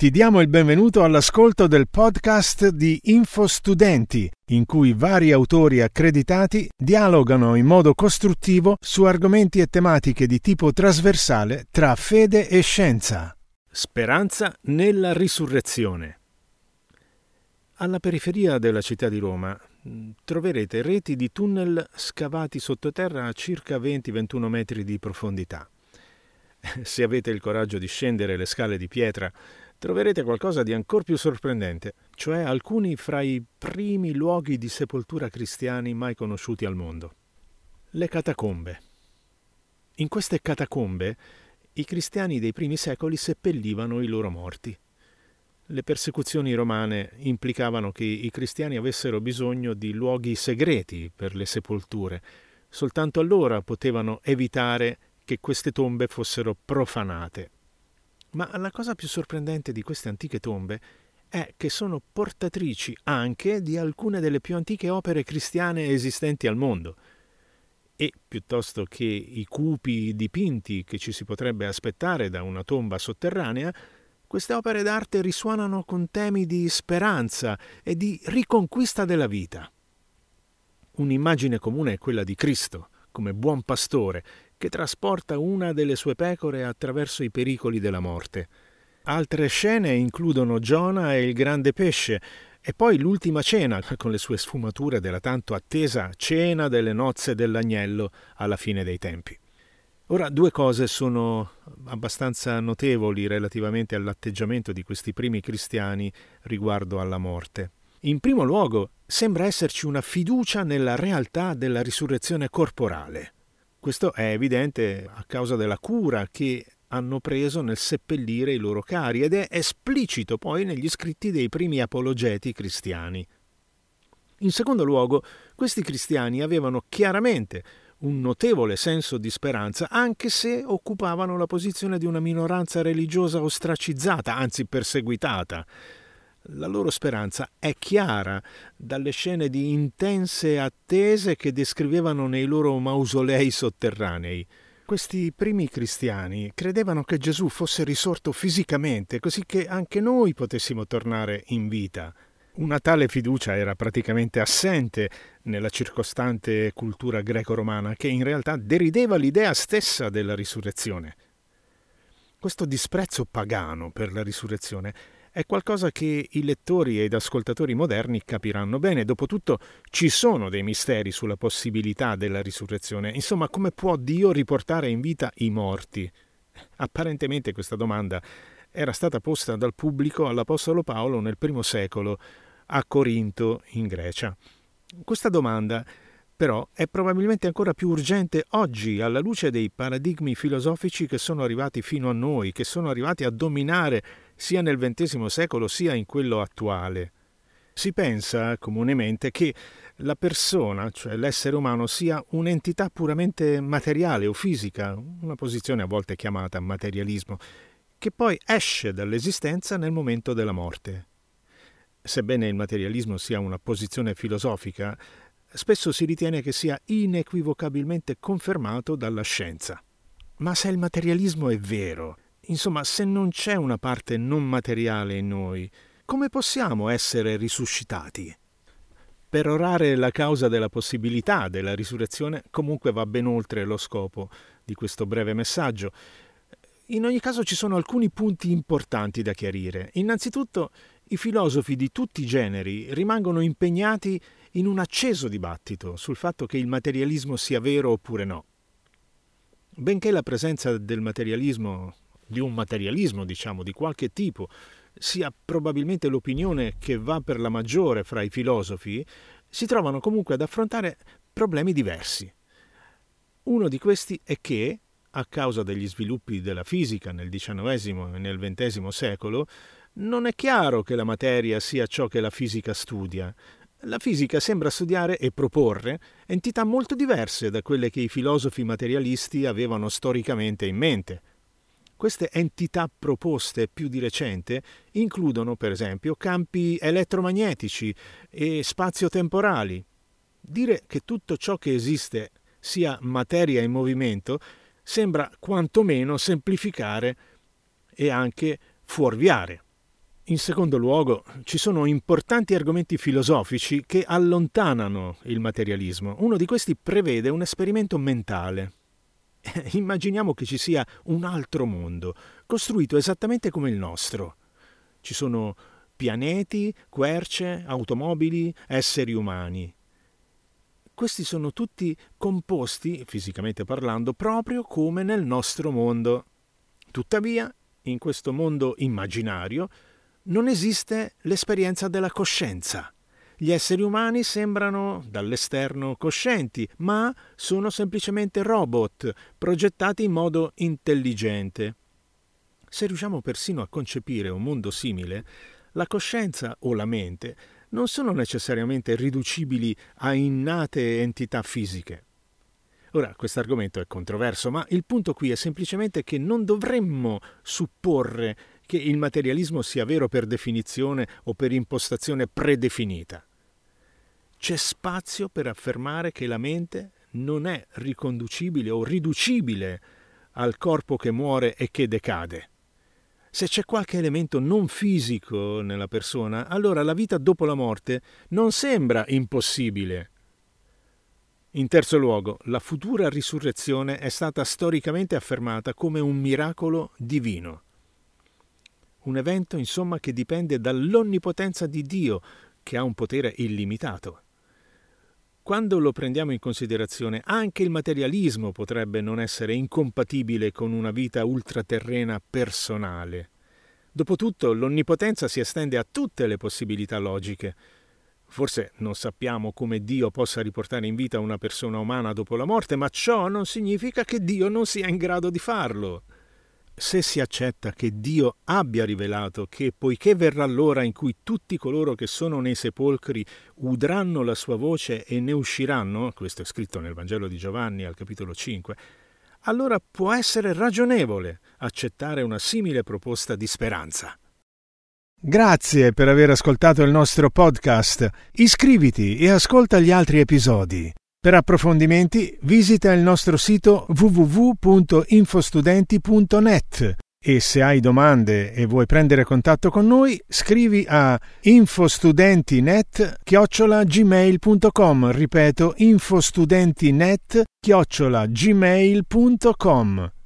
Ti diamo il benvenuto all'ascolto del podcast di InfoStudenti, in cui vari autori accreditati dialogano in modo costruttivo su argomenti e tematiche di tipo trasversale tra fede e scienza. Speranza nella risurrezione. Alla periferia della città di Roma troverete reti di tunnel scavati sottoterra a circa 20-21 metri di profondità. Se avete il coraggio di scendere le scale di pietra, troverete qualcosa di ancor più sorprendente, cioè alcuni fra i primi luoghi di sepoltura cristiani mai conosciuti al mondo. Le catacombe. In queste catacombe i cristiani dei primi secoli seppellivano i loro morti. Le persecuzioni romane implicavano che i cristiani avessero bisogno di luoghi segreti per le sepolture. Soltanto allora potevano evitare che queste tombe fossero profanate. Ma la cosa più sorprendente di queste antiche tombe è che sono portatrici anche di alcune delle più antiche opere cristiane esistenti al mondo. E piuttosto che i cupi dipinti che ci si potrebbe aspettare da una tomba sotterranea, queste opere d'arte risuonano con temi di speranza e di riconquista della vita. Un'immagine comune è quella di Cristo, come buon pastore, che trasporta una delle sue pecore attraverso i pericoli della morte. Altre scene includono Giona e il grande pesce, e poi l'ultima cena, con le sue sfumature della tanto attesa cena delle nozze dell'agnello alla fine dei tempi. Ora, due cose sono abbastanza notevoli relativamente all'atteggiamento di questi primi cristiani riguardo alla morte. In primo luogo, sembra esserci una fiducia nella realtà della risurrezione corporale. Questo è evidente a causa della cura che hanno preso nel seppellire i loro cari ed è esplicito poi negli scritti dei primi apologeti cristiani. In secondo luogo, questi cristiani avevano chiaramente un notevole senso di speranza, anche se occupavano la posizione di una minoranza religiosa ostracizzata, anzi perseguitata. La loro speranza è chiara dalle scene di intense attese che descrivevano nei loro mausolei sotterranei. Questi primi cristiani credevano che Gesù fosse risorto fisicamente, così che anche noi potessimo tornare in vita. Una tale fiducia era praticamente assente nella circostante cultura greco-romana, che in realtà derideva l'idea stessa della risurrezione. Questo disprezzo pagano per la risurrezione è qualcosa che i lettori ed ascoltatori moderni capiranno bene. Dopotutto ci sono dei misteri sulla possibilità della risurrezione. Insomma, come può Dio riportare in vita i morti? Apparentemente questa domanda era stata posta dal pubblico all'Apostolo Paolo nel I secolo a Corinto, in Grecia. Questa domanda, però, è probabilmente ancora più urgente oggi, alla luce dei paradigmi filosofici che sono arrivati fino a noi, che sono arrivati a dominare sia nel XX secolo sia in quello attuale. Si pensa comunemente che la persona, cioè l'essere umano, sia un'entità puramente materiale o fisica, una posizione a volte chiamata materialismo, che poi esce dall'esistenza nel momento della morte. Sebbene il materialismo sia una posizione filosofica, spesso si ritiene che sia inequivocabilmente confermato dalla scienza. Ma se il materialismo è vero, insomma, se non c'è una parte non materiale in noi, come possiamo essere risuscitati? Perorare la causa della possibilità della risurrezione comunque va ben oltre lo scopo di questo breve messaggio. In ogni caso ci sono alcuni punti importanti da chiarire. Innanzitutto, i filosofi di tutti i generi rimangono impegnati in un acceso dibattito sul fatto che il materialismo sia vero oppure no. Benché la presenza del materialismo, di un materialismo, di qualche tipo, sia probabilmente l'opinione che va per la maggiore fra i filosofi, si trovano comunque ad affrontare problemi diversi. Uno di questi è che, a causa degli sviluppi della fisica nel XIX e nel XX secolo, non è chiaro che la materia sia ciò che la fisica studia. La fisica sembra studiare e proporre entità molto diverse da quelle che i filosofi materialisti avevano storicamente in mente. Queste entità proposte più di recente includono, per esempio, campi elettromagnetici e spazio-temporali. Dire che tutto ciò che esiste sia materia in movimento sembra quantomeno semplificare e anche fuorviare. In secondo luogo, ci sono importanti argomenti filosofici che allontanano il materialismo. Uno di questi prevede un esperimento mentale. Immaginiamo che ci sia un altro mondo, costruito esattamente come il nostro. Ci sono pianeti, querce, automobili, esseri umani. Questi sono tutti composti, fisicamente parlando, proprio come nel nostro mondo. Tuttavia, in questo mondo immaginario, non esiste l'esperienza della coscienza. Gli esseri umani sembrano dall'esterno coscienti, ma sono semplicemente robot, progettati in modo intelligente. Se riusciamo persino a concepire un mondo simile, la coscienza o la mente non sono necessariamente riducibili a innate entità fisiche. Ora, questo argomento è controverso, ma il punto qui è semplicemente che non dovremmo supporre che il materialismo sia vero per definizione o per impostazione predefinita. C'è spazio per affermare che la mente non è riconducibile o riducibile al corpo che muore e che decade. Se c'è qualche elemento non fisico nella persona, allora la vita dopo la morte non sembra impossibile. In terzo luogo, la futura risurrezione è stata storicamente affermata come un miracolo divino. Un evento, insomma, che dipende dall'onnipotenza di Dio, che ha un potere illimitato. Quando lo prendiamo in considerazione, anche il materialismo potrebbe non essere incompatibile con una vita ultraterrena personale. Dopotutto, l'onnipotenza si estende a tutte le possibilità logiche. Forse non sappiamo come Dio possa riportare in vita una persona umana dopo la morte, ma ciò non significa che Dio non sia in grado di farlo. Se si accetta che Dio abbia rivelato che, poiché verrà l'ora in cui tutti coloro che sono nei sepolcri udranno la sua voce e ne usciranno, questo è scritto nel Vangelo di Giovanni al capitolo 5, allora può essere ragionevole accettare una simile proposta di speranza. Grazie per aver ascoltato il nostro podcast. Iscriviti e ascolta gli altri episodi. Per approfondimenti visita il nostro sito www.infostudenti.net e se hai domande e vuoi prendere contatto con noi, scrivi a infostudentinet@gmail.com. Ripeto, infostudentinet@gmail.com.